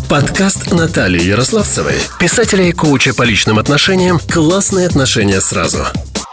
Подкаст Натальи Ярославцевой, писателя и коуча по личным отношениям «Классные отношения сразу».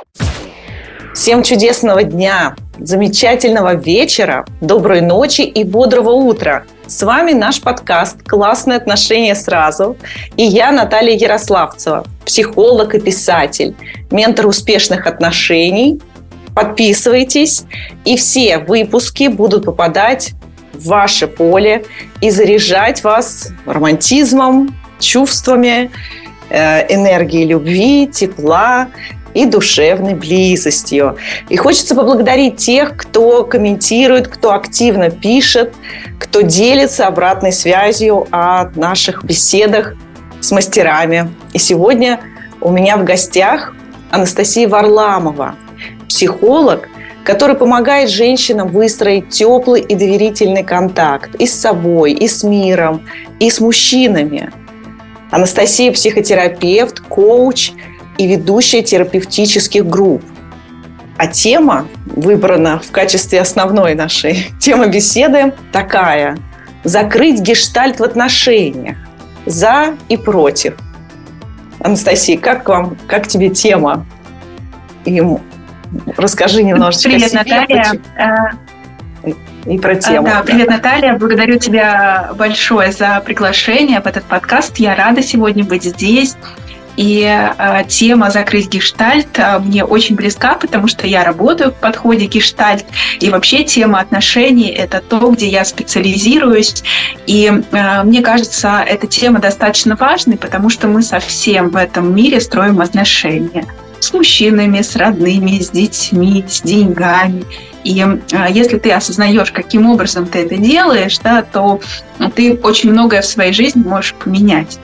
Всем чудесного дня, замечательного вечера, доброй ночи и бодрого утра. С вами наш подкаст «Классные отношения сразу». И я, Наталья Ярославцева, психолог и писатель, ментор успешных отношений. Подписывайтесь, и все выпуски будут попадать в ваше поле и заряжать вас романтизмом, чувствами, энергией любви, тепла и душевной близостью. И хочется поблагодарить тех, кто комментирует, кто активно пишет, кто делится обратной связью о наших беседах с мастерами. И сегодня у меня в гостях Анастасия Варламова, психолог, который помогает женщинам выстроить теплый и доверительный контакт и с собой, и с миром, и с мужчинами. Анастасия – психотерапевт, коуч и ведущая терапевтических групп. А тема выбрана в качестве основной нашей темы беседы такая – закрыть гештальт в отношениях, за и против. Анастасия, как тебе тема? И расскажи немножечко Привет, о себе. Наталья. И про тему. Да, привет, Наталья. Благодарю тебя большое за приглашение в этот подкаст. Я рада сегодня быть здесь. И тема «Закрыть гештальт» мне очень близка, потому что я работаю в подходе гештальт. И вообще тема отношений – это то, где я специализируюсь. И мне кажется, эта тема достаточно важной, потому что мы совсем в этом мире строим отношения. С мужчинами, с родными, с детьми, с деньгами. И если ты осознаешь, каким образом ты это делаешь, да, то ты очень многое в своей жизни можешь поменять.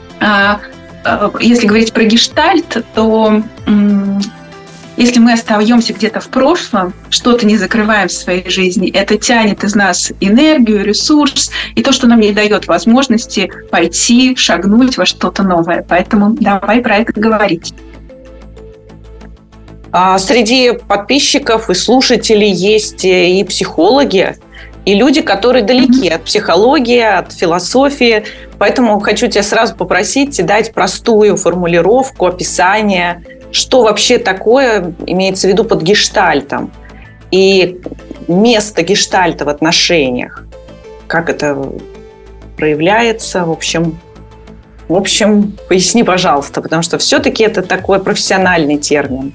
Если говорить про гештальт, то если мы остаемся где-то в прошлом, что-то не закрываем в своей жизни, это тянет из нас энергию, ресурс и то, что нам не дает возможности пойти, шагнуть во что-то новое. Поэтому давай про это говорить. Среди подписчиков и слушателей есть и психологи, и люди, которые далеки от психологии, от философии. Поэтому хочу тебя сразу попросить дать простую формулировку, описание, что вообще такое имеется в виду под гештальтом и место гештальта в отношениях. Как это проявляется, в общем, поясни, пожалуйста, потому что все-таки это такой профессиональный термин.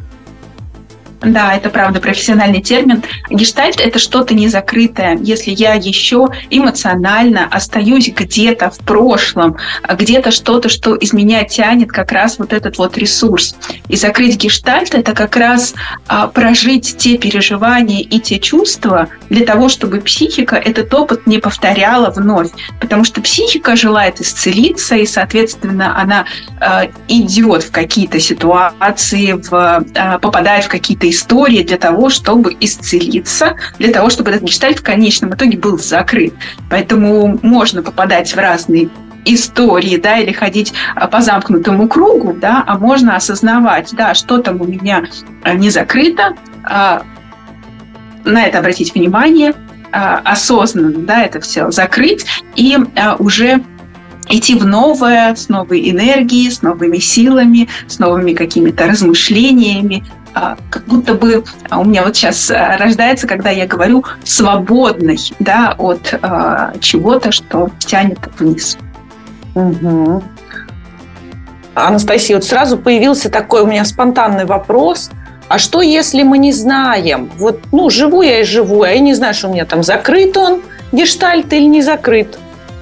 Да, это правда профессиональный термин. Гештальт – это что-то незакрытое. Если я еще эмоционально остаюсь где-то в прошлом, где-то что-то, что из меня тянет как раз вот этот вот ресурс. И закрыть гештальт – это как раз прожить те переживания и те чувства для того, чтобы психика этот опыт не повторяла вновь. Потому что психика желает исцелиться, и, соответственно, она идет в какие-то ситуации, попадает в какие-то истории для того, чтобы исцелиться, для того, чтобы этот гештальт в конечном итоге был закрыт. Поэтому можно попадать в разные истории, да, или ходить по замкнутому кругу, да, а можно осознавать, да, что там у меня не закрыто, на это обратить внимание, осознанно, да, это все закрыть и уже идти в новое, с новой энергией, с новыми силами, с новыми какими-то размышлениями, как будто бы у меня вот сейчас рождается, когда я говорю свободной, да, от чего-то, что тянет вниз. Угу. Анастасия, вот сразу появился такой у меня спонтанный вопрос. А что, если мы не знаем? Вот, живу я и живу, а я не знаю, что у меня там закрыт он, гештальт или не закрыт?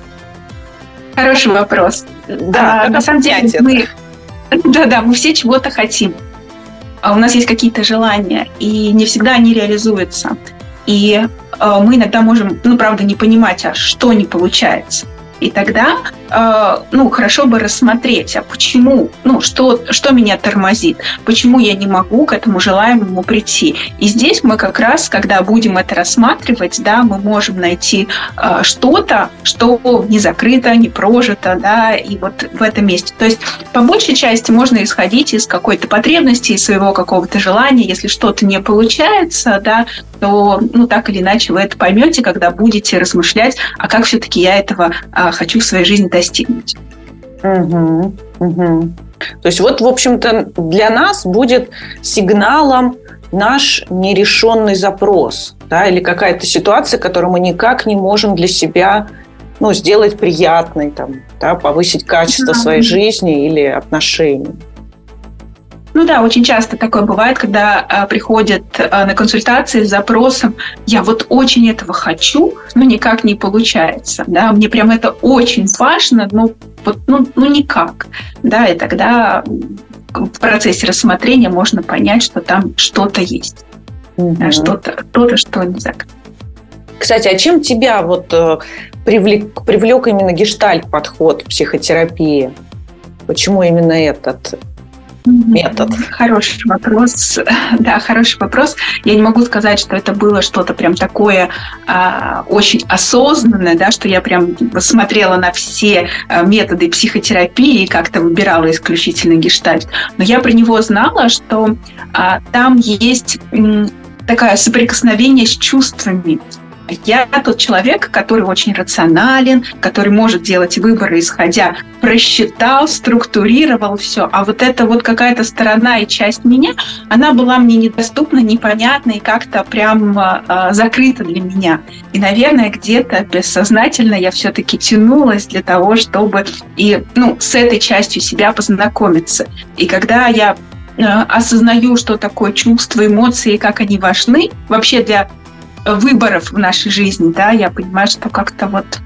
Хороший вопрос. Да, на самом деле мы все чего-то хотим. У нас есть какие-то желания, и не всегда они реализуются. И мы иногда можем, правда, не понимать, а что не получается. И тогда хорошо бы рассмотреть, а почему, что меня тормозит, почему я не могу к этому желаемому прийти. И здесь мы как раз, когда будем это рассматривать, да, мы можем найти что-то, что не закрыто, не прожито, да, и вот в этом месте. То есть по большей части можно исходить из какой-то потребности, из своего какого-то желания. Если что-то не получается, да, то так или иначе вы это поймете, когда будете размышлять, а как все-таки я этого хочу в своей жизни достигнуть. Угу. То есть вот, в общем-то, для нас будет сигналом наш нерешенный запрос, да, или какая-то ситуация, которую мы никак не можем для себя сделать приятной, повысить качество своей жизни или отношений. Очень часто такое бывает, когда приходят на консультации с запросом «я вот очень этого хочу, но никак не получается, да, мне прям это очень важно, но никак». Да, и тогда в процессе рассмотрения можно понять, что там что-то есть, что-то, что не закрыто. Кстати, а чем тебя привлек именно гештальт-подход в психотерапии? Почему именно этот метод? Хороший вопрос. Да, хороший вопрос. Я не могу сказать, что это было что-то прям такое очень осознанное, да, что я прям смотрела на все методы психотерапии и как-то выбирала исключительно гештальт. Но я про него знала, что там есть такое соприкосновение с чувствами. Я тот человек, который очень рационален, который может делать выборы, исходя, просчитал, структурировал все. А вот эта вот какая-то сторона и часть меня, она была мне недоступна, непонятна и как-то прям закрыта для меня. И, наверное, где-то бессознательно я все-таки тянулась для того, чтобы с этой частью себя познакомиться. И когда я осознаю, что такое чувства, эмоции, как они важны вообще для выборов в нашей жизни, да, я понимаю, что как-то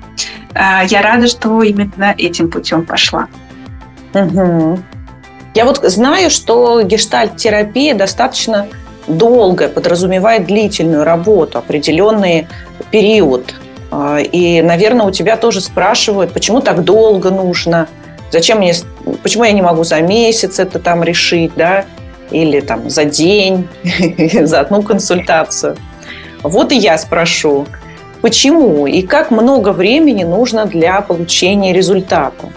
я рада, что именно этим путем пошла. Угу. Я знаю, что гештальт-терапия достаточно долгая, подразумевает длительную работу, определенный период. И, наверное, у тебя тоже спрашивают, почему так долго нужно, почему я не могу за месяц это решить, да, или за день, за одну консультацию. Вот и я спрошу, почему и как много времени нужно для получения результата?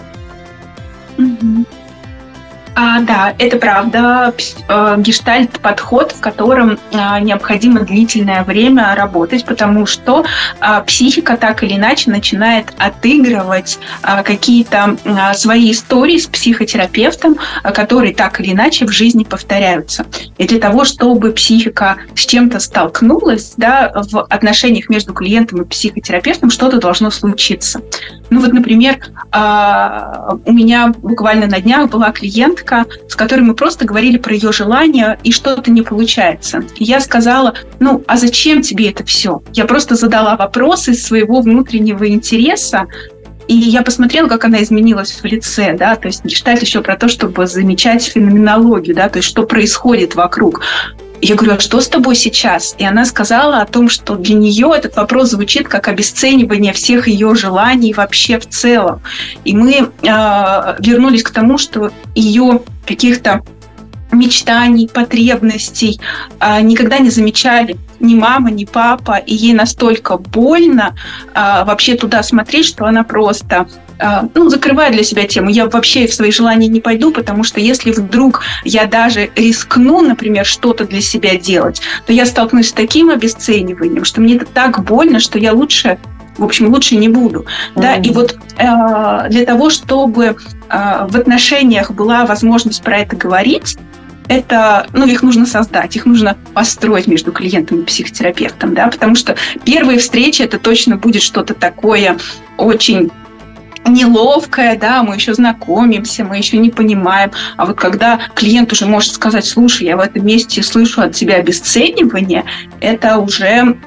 Да, это правда. Гештальт-подход, в котором необходимо длительное время работать, потому что психика так или иначе начинает отыгрывать какие-то свои истории с психотерапевтом, которые так или иначе в жизни повторяются. И для того, чтобы психика с чем-то столкнулась, да, в отношениях между клиентом и психотерапевтом что-то должно случиться. Например, у меня буквально на днях была клиентка, с которой мы просто говорили про ее желания, и что-то не получается. И я сказала, а зачем тебе это все? Я просто задала вопросы из своего внутреннего интереса, и я посмотрела, как она изменилась в лице, да, то есть гештальт еще про то, чтобы замечать феноменологию, да, то есть что происходит вокруг. Я говорю, а что с тобой сейчас? И она сказала о том, что для нее этот вопрос звучит как обесценивание всех ее желаний вообще в целом. И мы вернулись к тому, что ее каких-то мечтаний, потребностей никогда не замечали ни мама, ни папа. И ей настолько больно вообще туда смотреть, что она просто закрывает для себя тему. Я вообще в свои желания не пойду, потому что если вдруг я даже рискну, например, что-то для себя делать, то я столкнусь с таким обесцениванием, что мне это так больно, что я лучше не буду. Mm-hmm. Да? И для того, чтобы в отношениях была возможность про это говорить, их нужно создать, их нужно построить между клиентом и психотерапевтом, да, потому что первые встречи это точно будет что-то такое очень неловкое, да, мы еще знакомимся, мы еще не понимаем. А когда клиент уже может сказать, слушай, я в этом месте слышу от тебя обесценивание, это уже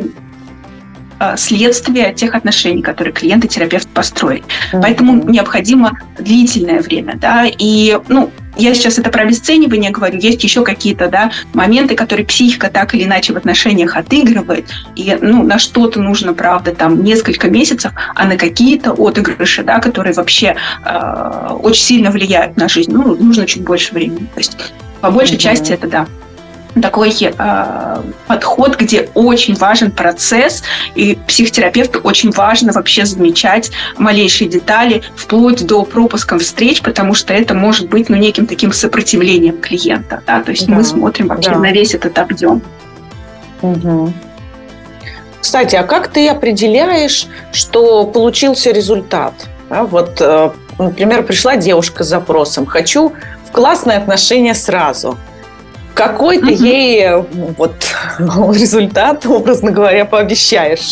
следствие тех отношений, которые клиент и терапевт построили. Mm-hmm. Поэтому необходимо длительное время, да, и я сейчас это про обесценивание говорю, есть еще какие-то, да, моменты, которые психика так или иначе в отношениях отыгрывает, и, на что-то нужно, правда, там несколько месяцев, а на какие-то отыгрыши, да, которые вообще очень сильно влияют на жизнь, нужно чуть больше времени. То есть по большей части это, да, такой подход, где очень важен процесс, и психотерапевту очень важно вообще замечать малейшие детали, вплоть до пропусков встреч, потому что это может быть неким таким сопротивлением клиента. Да? То есть мы смотрим вообще на весь этот объем. Угу. Кстати, а как ты определяешь, что получился результат? Вот, например, пришла девушка с запросом «хочу в классные отношения сразу». Какой ты ей результат, образно говоря, пообещаешь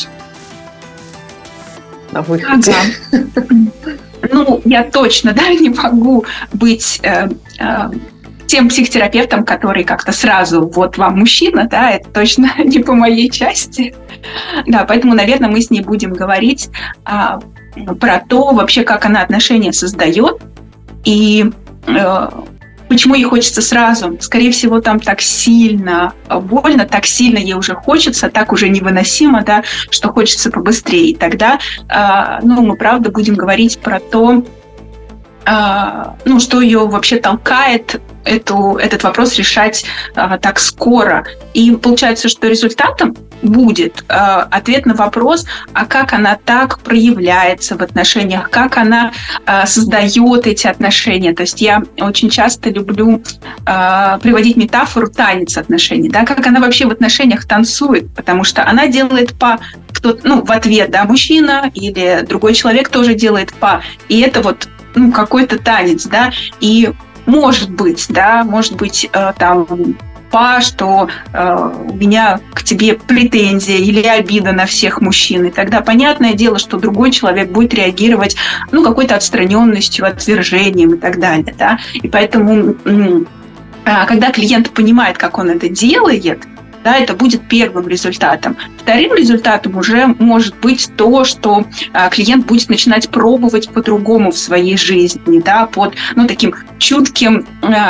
на выходе? Ага. Я точно, не могу быть тем психотерапевтом, который как-то сразу вот вам мужчина, да, это точно не по моей части. Да, поэтому, наверное, мы с ней будем говорить про то, вообще, как она отношения создает и почему ей хочется сразу? Скорее всего, там так сильно больно, так сильно ей уже хочется, так уже невыносимо, да, что хочется побыстрее. И тогда, мы правда будем говорить про то, что ее вообще толкает этот вопрос решать так скоро. И получается, что результатом будет ответ на вопрос, а как она так проявляется в отношениях, как она создает эти отношения. То есть я очень часто люблю приводить метафору танец отношений, да, как она вообще в отношениях танцует, потому что она делает па, в ответ, да, мужчина или другой человек тоже делает па, и это какой-то танец, да, и может быть, там па, что у меня к тебе претензия или обида на всех мужчин, и тогда понятное дело, что другой человек будет реагировать, какой-то отстраненностью, отвержением и так далее, да, и поэтому, когда клиент понимает, как он это делает, да, это будет первым результатом. Вторым результатом уже может быть то, что клиент будет начинать пробовать по-другому в своей жизни, да, под таким чутким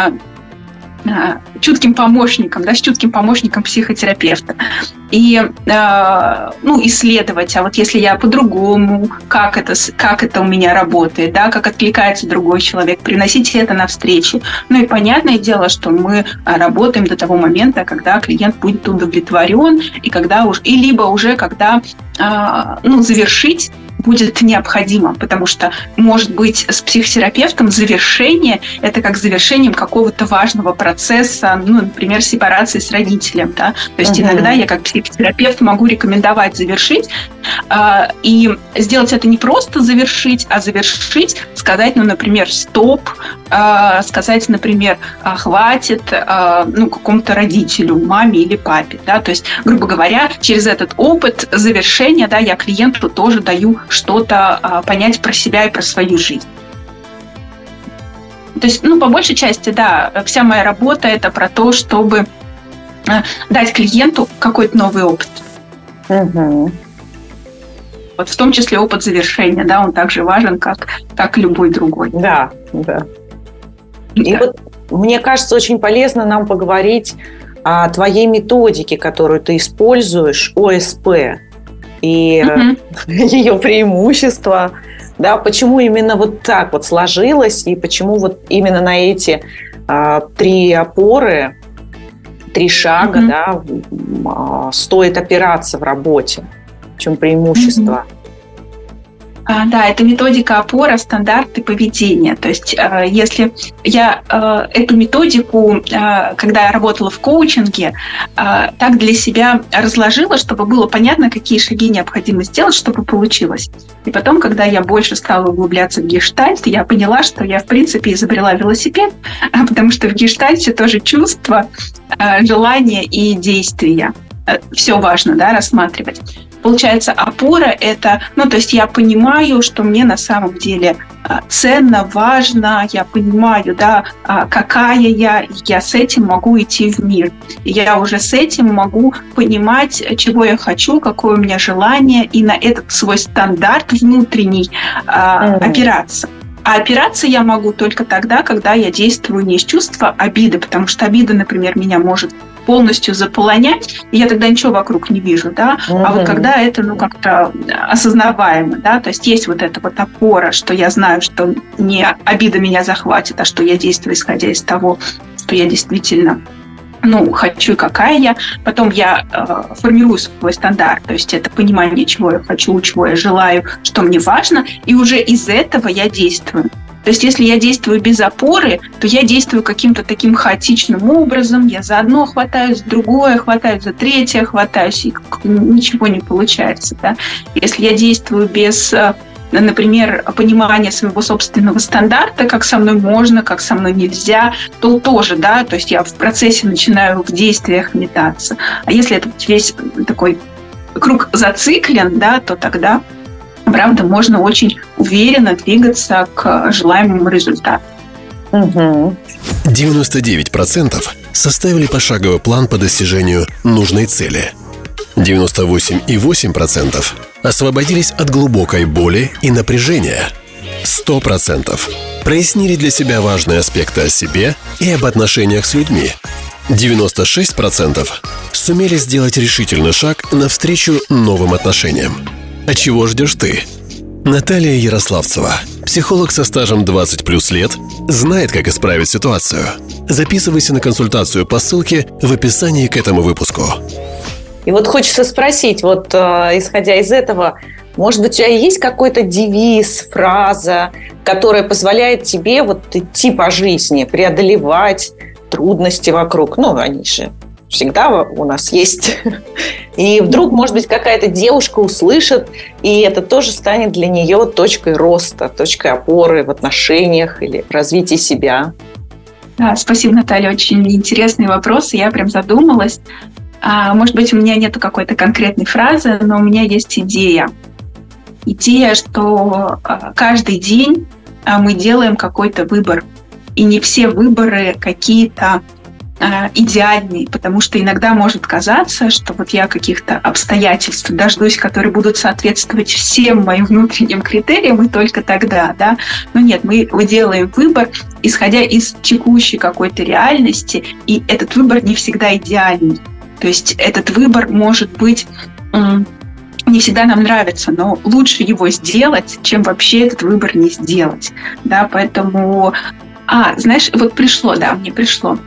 помощником, да, с чутким помощником психотерапевта. И исследовать, а вот если я по-другому, как это у меня работает, да, как откликается другой человек, приносить это на встречу. И понятное дело, что мы работаем до того момента, когда клиент будет удовлетворен, и когда когда завершить будет необходимо, потому что, может быть, с психотерапевтом завершение – это как завершением какого-то важного процесса, например, сепарации с родителем. Да? То есть иногда я как психотерапевт могу рекомендовать завершить, и сделать это не просто завершить, а завершить, сказать, например, стоп, сказать, например, хватит какому-то родителю, маме или папе. Да? То есть, грубо говоря, через этот опыт завершения, да, я клиенту тоже даю что-то понять про себя и про свою жизнь. То есть, по большей части, да, вся моя работа – это про то, чтобы дать клиенту какой-то новый опыт. Угу. В том числе опыт завершения, да, он также важен, как любой другой. Да. И мне кажется, очень полезно нам поговорить о твоей методике, которую ты используешь, ОСП, и ее преимущества, да, почему именно так сложилось, и почему именно на эти 3 опоры, 3 шага, да, стоит опираться в работе, в чем преимущество. Да, это методика опора, стандарты поведения. То есть, если я эту методику, когда я работала в коучинге, так для себя разложила, чтобы было понятно, какие шаги необходимо сделать, чтобы получилось. И потом, когда я больше стала углубляться в гештальт, я поняла, что я, в принципе, изобрела велосипед, потому что в гештальте тоже чувства, желания и действия. Все важно, да, рассматривать. Получается, опора – это, то есть я понимаю, что мне на самом деле ценно, важно, я понимаю, да, какая я с этим могу идти в мир. Я уже с этим могу понимать, чего я хочу, какое у меня желание, и на этот свой стандарт внутренний опираться. А опираться я могу только тогда, когда я действую не из чувства обиды, потому что обида, например, меня может полностью заполонять, и я тогда ничего вокруг не вижу, да, а вот когда это, как-то осознаваемо, да, то есть есть вот эта вот опора, что я знаю, что не обида меня захватит, а что я действую, исходя из того, что я действительно хочу и какая я. Потом я формирую свой стандарт, то есть это понимание, чего я хочу, чего я желаю, что мне важно, и уже из этого я действую. То есть если я действую без опоры, то я действую каким-то таким хаотичным образом, я за одно хватаюсь, за другое хватаюсь, за третье хватаюсь, и ничего не получается. Да? Если я действую без, например, понимания своего собственного стандарта, как со мной можно, как со мной нельзя, то тоже, да, то есть я в процессе начинаю в действиях метаться. А если этот весь такой круг зациклен, да, то тогда, правда, можно очень уверенно двигаться к желаемому результату. 99% составили пошаговый план по достижению нужной цели. 98,8% освободились от глубокой боли и напряжения. 100% прояснили для себя важные аспекты о себе и об отношениях с людьми. 96% сумели сделать решительный шаг навстречу новым отношениям. А чего ждешь ты? Наталья Ярославцева, психолог со стажем 20+ лет, знает, как исправить ситуацию. Записывайся на консультацию по ссылке в описании к этому выпуску. И вот хочется спросить, исходя из этого, может быть, у тебя есть какой-то девиз, фраза, которая позволяет тебе идти по жизни, преодолевать трудности вокруг? Они же всегда у нас есть. И вдруг, может быть, какая-то девушка услышит, и это тоже станет для нее точкой роста, точкой опоры в отношениях или в развитии себя. Да, спасибо, Наталья. Очень интересный вопрос, и я прям задумалась. Может быть, у меня нету какой-то конкретной фразы, но у меня есть идея. Идея, что каждый день мы делаем какой-то выбор. И не все выборы какие-то идеальные, потому что иногда может казаться, что я каких-то обстоятельств дождусь, которые будут соответствовать всем моим внутренним критериям, и только тогда, да. Но нет, мы делаем выбор, исходя из текущей какой-то реальности, и этот выбор не всегда идеальный. То есть этот выбор может быть не всегда нам нравится, но лучше его сделать, чем вообще этот выбор не сделать. Да, поэтому... знаешь, мне пришло.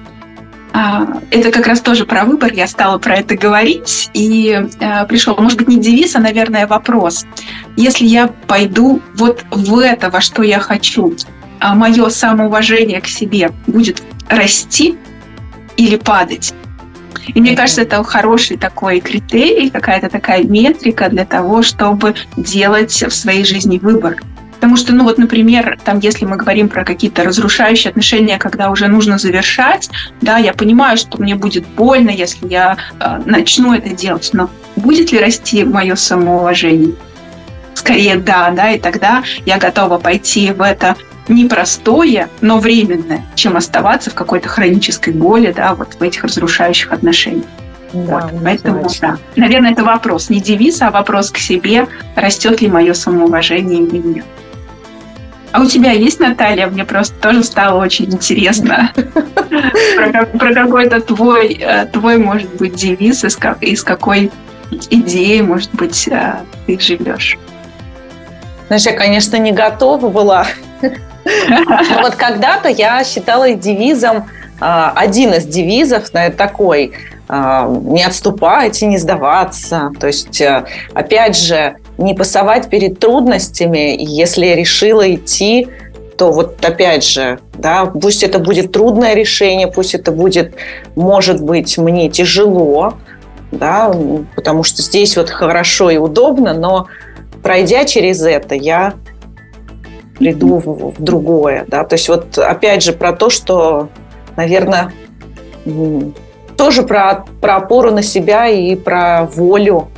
Это как раз тоже про выбор, я стала про это говорить, и пришел, может быть, не девиз, а, наверное, вопрос. Если я пойду в это, во что я хочу, мое самоуважение к себе будет расти или падать? И мне кажется, это хороший такой критерий, какая-то такая метрика для того, чтобы делать в своей жизни выбор. Потому что, например, если мы говорим про какие-то разрушающие отношения, когда уже нужно завершать, да, я понимаю, что мне будет больно, если я начну это делать, но будет ли расти мое самоуважение? Скорее да, и тогда я готова пойти в это непростое, но временное, чем оставаться в какой-то хронической боли, да, в этих разрушающих отношениях. Да, поэтому, да. Наверное, это вопрос, не девиз, а вопрос к себе, растет ли мое самоуважение или нет. А у тебя есть, Наталья? Мне просто тоже стало очень интересно про какой-то твой, может быть, девиз, из какой идеи, может быть, ты живешь. Знаешь, я, конечно, не готова была. Но когда-то я считала девизом, один из девизов, такой, не отступать и не сдаваться. То есть, опять же, не пасовать перед трудностями. Если я решила идти, то опять же, да, пусть это будет трудное решение, пусть это будет, может быть, мне тяжело, да, потому что здесь хорошо и удобно, но пройдя через это, я приду в другое, да. То есть опять же про то, что, наверное, тоже про опору на себя и про волю.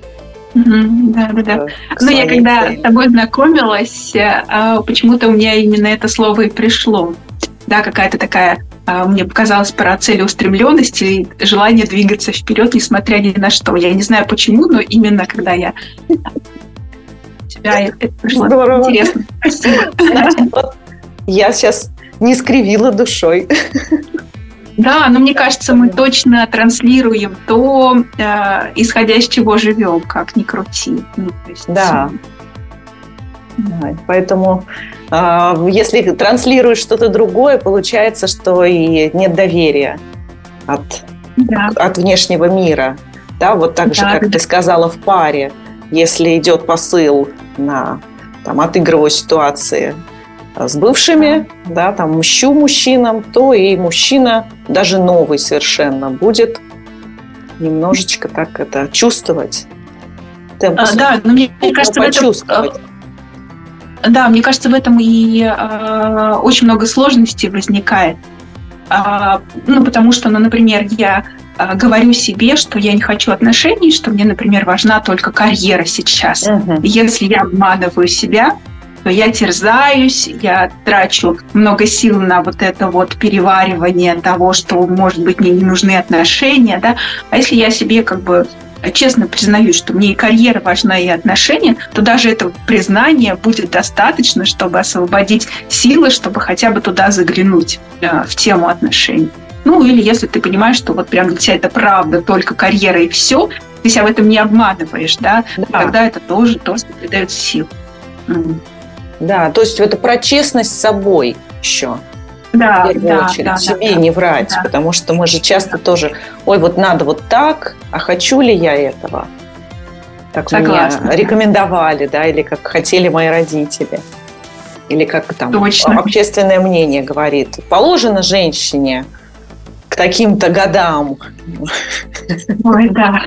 Да. Я когда с тобой знакомилась, почему-то у меня именно это слово и пришло. Да, какая-то такая, мне показалось, про целеустремленность и желание двигаться вперед, несмотря ни на что. Я не знаю почему, но именно когда я тебя это пришло. Здорово. Интересно. Спасибо. Значит, вот я сейчас не скривила душой. Да, но мне кажется, мы точно транслируем то, исходя из чего живем, как ни крути. Да. Поэтому, если транслируешь что-то другое, получается, что и нет доверия от внешнего мира. Да, вот так же, как ты сказала, в паре, если идет посыл на отыгрываю ситуации с бывшими, да, там мщу мужчинам, то и мужчина, даже новый совершенно, будет немножечко так это чувствовать. Да, но мне кажется, мне кажется, в этом и очень много сложностей возникает. Потому что, например, я говорю себе, что я не хочу отношений, что мне, например, важна только карьера сейчас. Если я обманываю себя, то я терзаюсь, я трачу много сил на вот это вот переваривание того, что, может быть, мне не нужны отношения, да. А если я себе честно признаюсь, что мне и карьера важна, и отношения, то даже этого признания будет достаточно, чтобы освободить силы, чтобы хотя бы туда заглянуть, в тему отношений. Или если ты понимаешь, что вот прям для тебя это правда, только карьера и все, ты себя в этом не обманываешь, да. Тогда это тоже то, что придает сил. Да, то есть это про честность с собой еще. Да, в первую очередь, себе не врать, потому что мы же часто тоже, вот надо вот так, а хочу ли я этого? Так Согласна, мне рекомендовали, да, или как хотели мои родители, или как там общественное мнение говорит. Положено женщине к таким-то годам. Ой, да.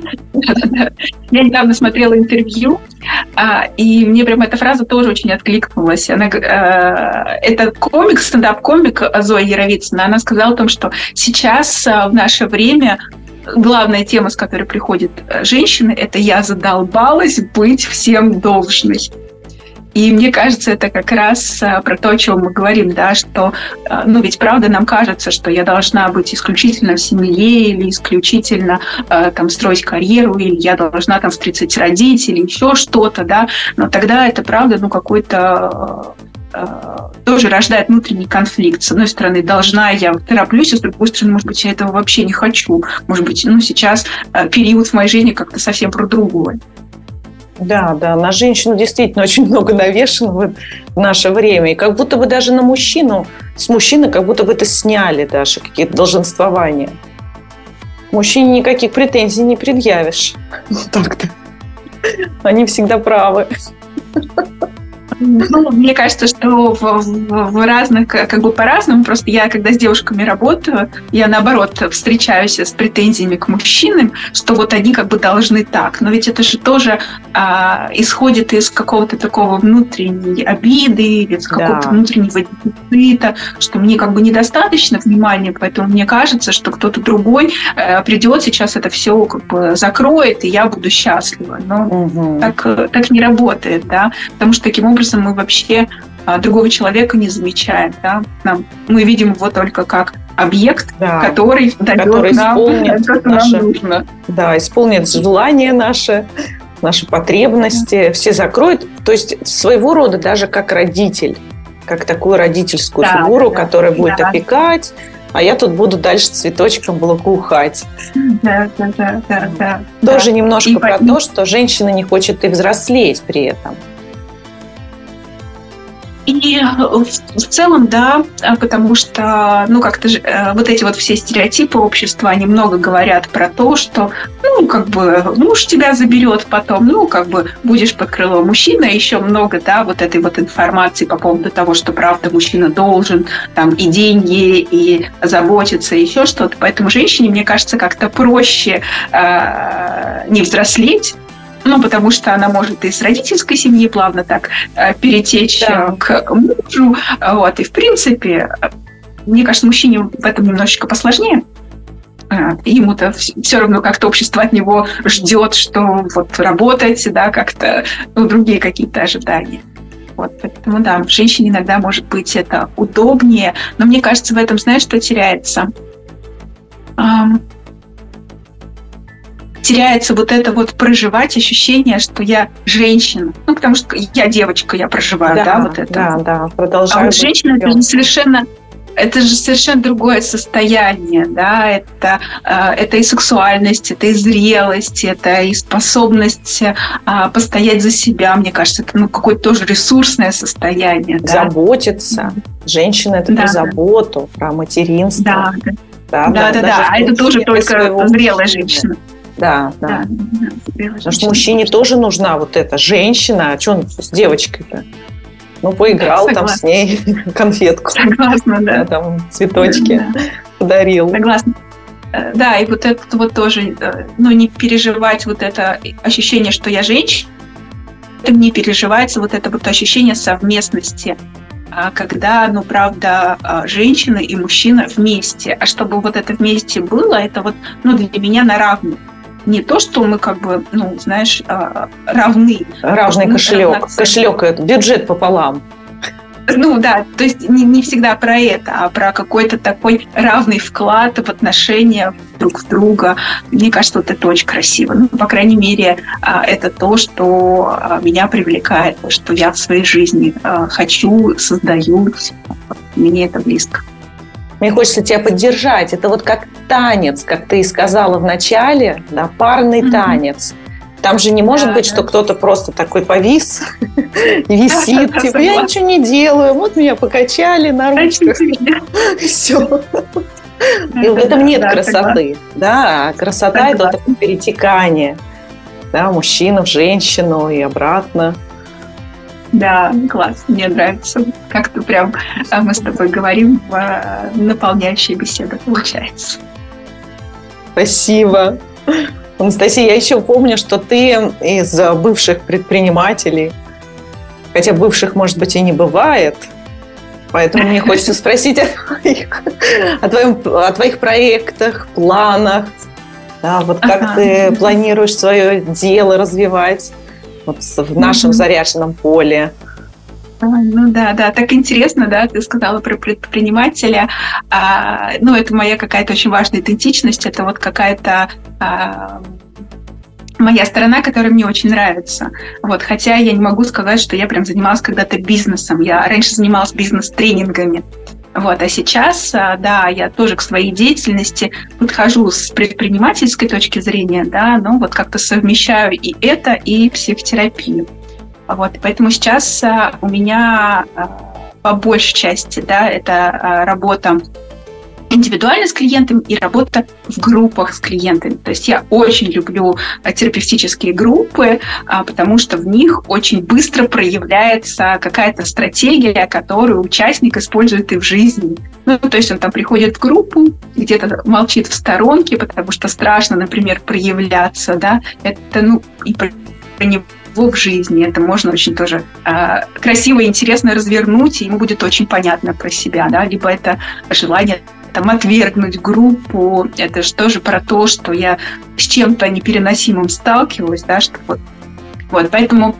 Я недавно смотрела интервью, и мне прям эта фраза тоже очень откликнулась. Это комик, стендап-комик Зоя Яровицына. Она сказала о том, что сейчас, в наше время, главная тема, с которой приходят женщины, это «я задолбалась быть всем должной». И мне кажется, это как раз про то, о чем мы говорим, да, что, ведь правда нам кажется, что я должна быть исключительно в семье или исключительно строить карьеру, или я должна встретить родителей, еще что-то, да, но тогда это правда, какой-то тоже рождает внутренний конфликт. С одной стороны, должна я тороплюсь, а с другой стороны, может быть, я этого вообще не хочу. Может быть, сейчас период в моей жизни как-то совсем про другое. Да, на женщину действительно очень много навешено в наше время. И как будто бы даже на мужчину, с мужчины как будто бы это сняли даже, какие-то долженствования. Мужчине никаких претензий не предъявишь. Так-то. Они всегда правы. Мне кажется, что в разных, по-разному. Просто я, когда с девушками работаю, я, наоборот, встречаюсь с претензиями к мужчинам, что вот они должны так. Но ведь это же тоже исходит из какого-то такого внутренней обиды, из какого-то внутреннего дефицита, что мне недостаточно внимания, поэтому мне кажется, что кто-то другой придет сейчас, это все закроет, и я буду счастлива. Но так не работает, да, потому что таким образом мы вообще другого человека не замечаем. Да? Мы видим его только как объект, который дает нам то, что нам нужно. Да, исполнит желания наши потребности, все закроет. То есть своего рода даже как родитель, как такую родительскую фигуру, которая будет опекать, а я тут буду дальше цветочком благоухать. Да. Тоже немножко про то, что женщина не хочет и взрослеть при этом. И в целом, да, потому что, вот эти вот все стереотипы общества, они много говорят про то, что, муж тебя заберет потом, будешь под крылом мужчины, еще много, да, вот этой вот информации по поводу того, что, правда, мужчина должен и деньги, и заботиться, и еще что-то. Поэтому женщине, мне кажется, как-то проще не взрослеть, потому что она может и с родительской семьи плавно так перетечь к мужу. И, в принципе, мне кажется, мужчине в этом немножечко посложнее. Ему-то все равно как-то общество от него ждет, что работать, да, как-то другие какие-то ожидания. Поэтому, да, женщине иногда может быть это удобнее. Но мне кажется, в этом, знаешь, что теряется? теряется вот это вот проживать ощущение, что я женщина. Ну, потому что я девочка, я проживаю, вот это. Да, продолжаю. А вот женщина, это же совершенно другое состояние, да, это и сексуальность, это и зрелость, это и способность постоять за себя, мне кажется, это какое-то тоже ресурсное состояние. Заботиться. Женщина – это про заботу, про материнство. Да, а это тоже только зрелая женщина. Да. Потому что мужчине тоже нужна вот эта женщина, а что он с девочкой-то? Поиграл там с ней, конфетку. Согласна, да. Там цветочки подарил. Согласна. Да, и вот это вот тоже, не переживать вот это ощущение, что я женщина, это не переживается вот это вот ощущение совместности, когда, правда, женщина и мужчина вместе. А чтобы вот это вместе было, это вот, для меня на равных. Не то, что мы равны. Равный кошелек. Кошелек – это бюджет пополам. То есть не всегда про это, а про какой-то такой равный вклад в отношения друг в друга. Мне кажется, вот это очень красиво. По крайней мере, это то, что меня привлекает, что я в своей жизни хочу, создаю. Мне это близко. Мне хочется тебя поддержать. Это вот как танец, как ты и сказала в начале, парный танец. Там же не может быть, что кто-то просто такой повис, висит, я ничего не делаю, вот меня покачали на ручках, и все. И в этом нет красоты. Да, красота – это такое перетекание. Да, мужчина в женщину и обратно. Да, класс, мне нравится. Как-то прям мы с тобой говорим, наполняющая беседа получается. Спасибо. Анастасия, я еще помню, что ты из бывших предпринимателей, хотя бывших, может быть, и не бывает, поэтому мне хочется спросить о твоих проектах, планах, вот как ты планируешь свое дело развивать в нашем заряженном поле. Так интересно, ты сказала про предпринимателя. Это моя какая-то очень важная идентичность, это вот какая-то моя сторона, которая мне очень нравится. Хотя я не могу сказать, что я прям занималась когда-то бизнесом. Я раньше занималась бизнес-тренингами. А сейчас, я тоже к своей деятельности подхожу с предпринимательской точки зрения, но как-то совмещаю и это, и психотерапию. Поэтому сейчас у меня по большей части, это работа индивидуально с клиентами и работа в группах с клиентами. То есть я очень люблю терапевтические группы, потому что в них очень быстро проявляется какая-то стратегия, которую участник использует и в жизни. То есть он там приходит в группу, где-то молчит в сторонке, потому что страшно, например, проявляться, это, и про него в жизни. Это можно очень тоже красиво и интересно развернуть, и ему будет очень понятно про себя. Либо это желание отвергнуть группу. Это же тоже про то, что я с чем-то непереносимым сталкиваюсь. Поэтому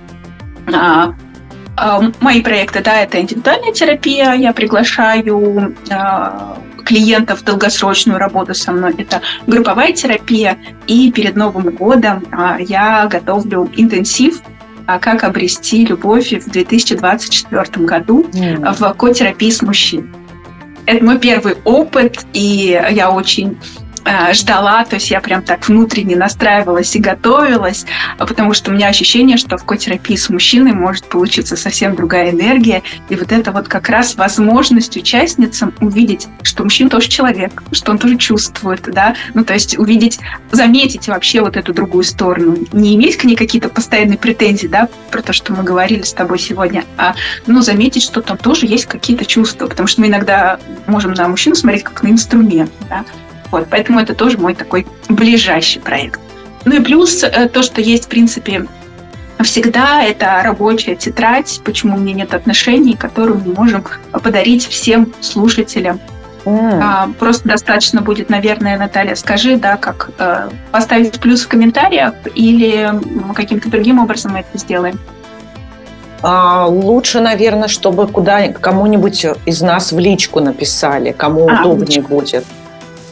мои проекты, это индивидуальная терапия. Я приглашаю клиентов в долгосрочную работу со мной. Это групповая терапия. И перед Новым годом я готовлю интенсив «Как обрести любовь в 2024 году» в котерапии с мужчиной. Это мой первый опыт, и я очень ждала, то есть я прям так внутренне настраивалась и готовилась, потому что у меня ощущение, что в котерапии с мужчиной может получиться совсем другая энергия, и это как раз возможность участницам увидеть, что мужчина тоже человек, что он тоже чувствует, то есть увидеть, заметить вообще эту другую сторону, не иметь к ней какие-то постоянные претензии, про то, что мы говорили с тобой сегодня, а заметить, что там тоже есть какие-то чувства, потому что мы иногда можем на мужчину смотреть как на инструмент, поэтому это тоже мой такой ближайший проект. И плюс то, что есть, в принципе, всегда, это рабочая тетрадь «Почему у меня нет отношений», которую мы можем подарить всем слушателям. Просто достаточно будет, наверное, Наталья, скажи, как поставить плюс в комментариях или каким-то другим образом мы это сделаем? Лучше, наверное, чтобы кому-нибудь из нас в личку написали, кому удобнее будет.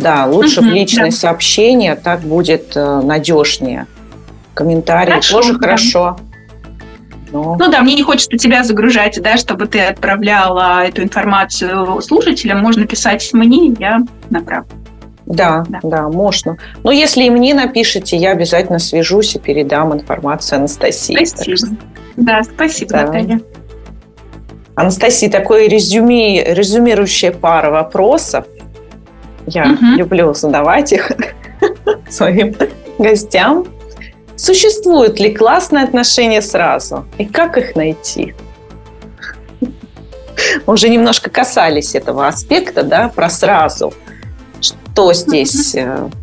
Да, лучше в личные сообщения, так будет надежнее. Комментарии тоже хорошо. Ну да, мне не хочется тебя загружать, да, чтобы ты отправляла эту информацию слушателям. Можно писать мне, я направлю. Да, можно. Но если и мне напишите, я обязательно свяжусь и передам информацию Анастасии. Спасибо. Да, спасибо, Наталья. Анастасия, такое резюмирующая пара вопросов. Я люблю задавать их своим гостям. Существуют ли классные отношения сразу? И как их найти? Мы уже немножко касались этого аспекта, да, про сразу. Что здесь?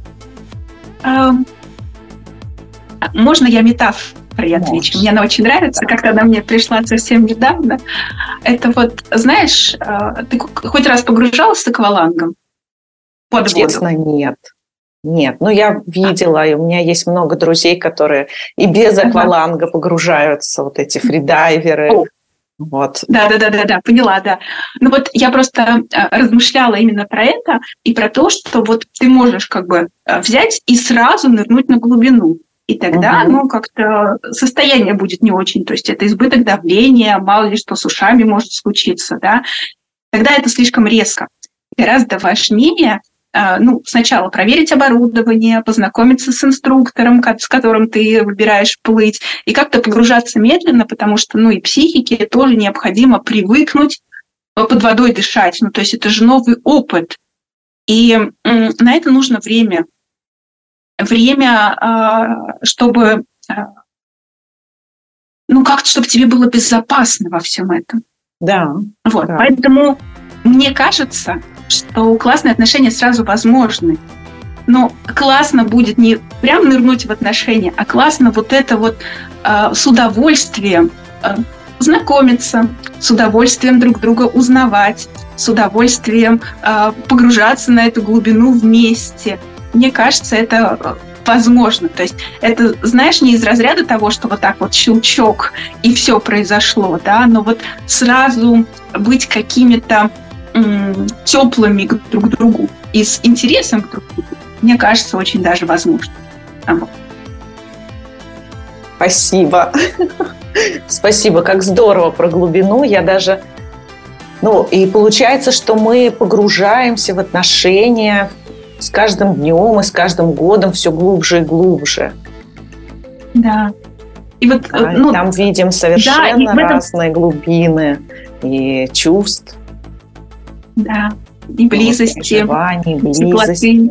Можно я метафорой отвечу? Мне она очень нравится, как-то она мне пришла совсем недавно. Это вот, знаешь, ты хоть раз погружалась с аквалангом под воду? Честно, нет. Нет, я видела, и у меня есть много друзей, которые и без акваланга погружаются, вот эти фридайверы. Вот. Да, поняла, да. Ну вот я просто размышляла именно про это и про то, что вот ты можешь как бы взять и сразу нырнуть на глубину. И тогда, как-то состояние будет не очень. То есть это избыток давления, мало ли что с ушами может случиться, да. Тогда это слишком резко. Гораздо важнее сначала проверить оборудование, познакомиться с инструктором, с которым ты выбираешь плыть, и как-то погружаться медленно, потому что, и психике тоже необходимо привыкнуть под водой дышать. То есть это же новый опыт. И на это нужно время. Время, чтобы как-то, чтобы тебе было безопасно во всем этом. Да. Вот. Да. Поэтому мне кажется, что классные отношения сразу возможны. Но классно будет не прям нырнуть в отношения, а классно вот это вот с удовольствием знакомиться, с удовольствием друг друга узнавать, с удовольствием погружаться на эту глубину вместе. Мне кажется, это возможно. То есть это, знаешь, не из разряда того, что вот так вот щелчок и все произошло, да, но вот сразу быть какими-то теплыми друг к другу и с интересом к друг другу, мне кажется, очень даже возможно. Спасибо. Спасибо, как здорово про глубину. Я даже... и получается, что мы погружаемся в отношения с каждым днем и с каждым годом все глубже и глубже. Да. И вот, там видим совершенно разные глубины и чувств. Да, и близости, переживаний, близости.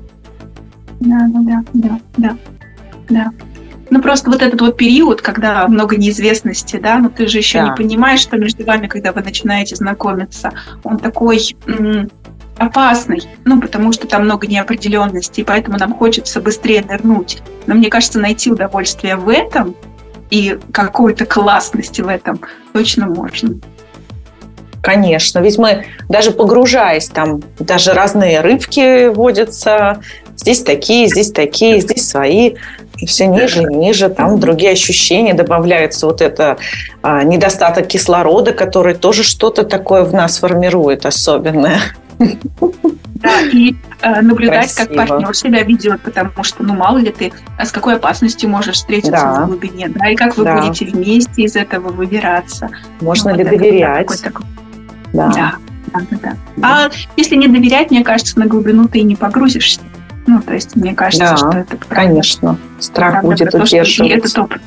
Да. Просто вот этот вот период, когда много неизвестности, да, ты же еще не понимаешь, что между вами, когда вы начинаете знакомиться, он такой опасный, потому что там много неопределенности, и поэтому нам хочется быстрее нырнуть. Но мне кажется, найти удовольствие в этом и какой-то классности в этом точно можно. Конечно, ведь мы даже погружаясь, там даже разные рыбки водятся, здесь такие, здесь свои, и все ниже и ниже, там другие ощущения, добавляется вот это недостаток кислорода, который тоже что-то такое в нас формирует особенное. Да, и наблюдать, красиво, как партнер себя ведет, потому что, мало ли ты с какой опасностью можешь встретиться в глубине, да, и как вы будете вместе из этого выбираться. Можно ли доверять? Да. А если не доверять, мне кажется, на глубину ты и не погрузишься. То есть, мне кажется, что это правда. Конечно. Страх будет удерживать. Этот опыт.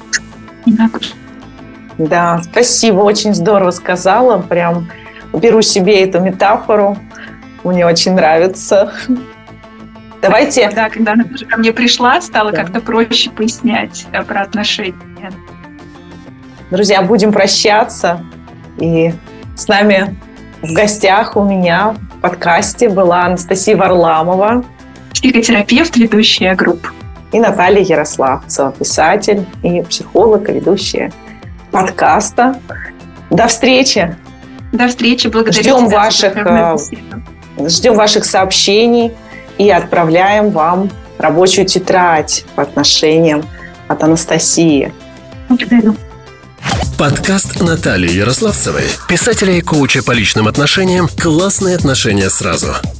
Да, спасибо, очень здорово сказала. Прям беру себе эту метафору. Мне очень нравится. Давайте... Да, когда она уже ко мне пришла, стало как-то проще пояснять про отношения. Друзья, будем прощаться. И с нами в гостях у меня в подкасте была Анастасия Варламова, психотерапевт, ведущая групп. И Наталья Ярославцева, писатель и психолог, ведущая подкаста. До встречи! До встречи, благодарю тебя. Ждем ваших сообщений и отправляем вам рабочую тетрадь по отношениям от Анастасии. Благодарю. Подкаст Натальи Ярославцевой, писателя и коуча по личным отношениям «Классные отношения сразу».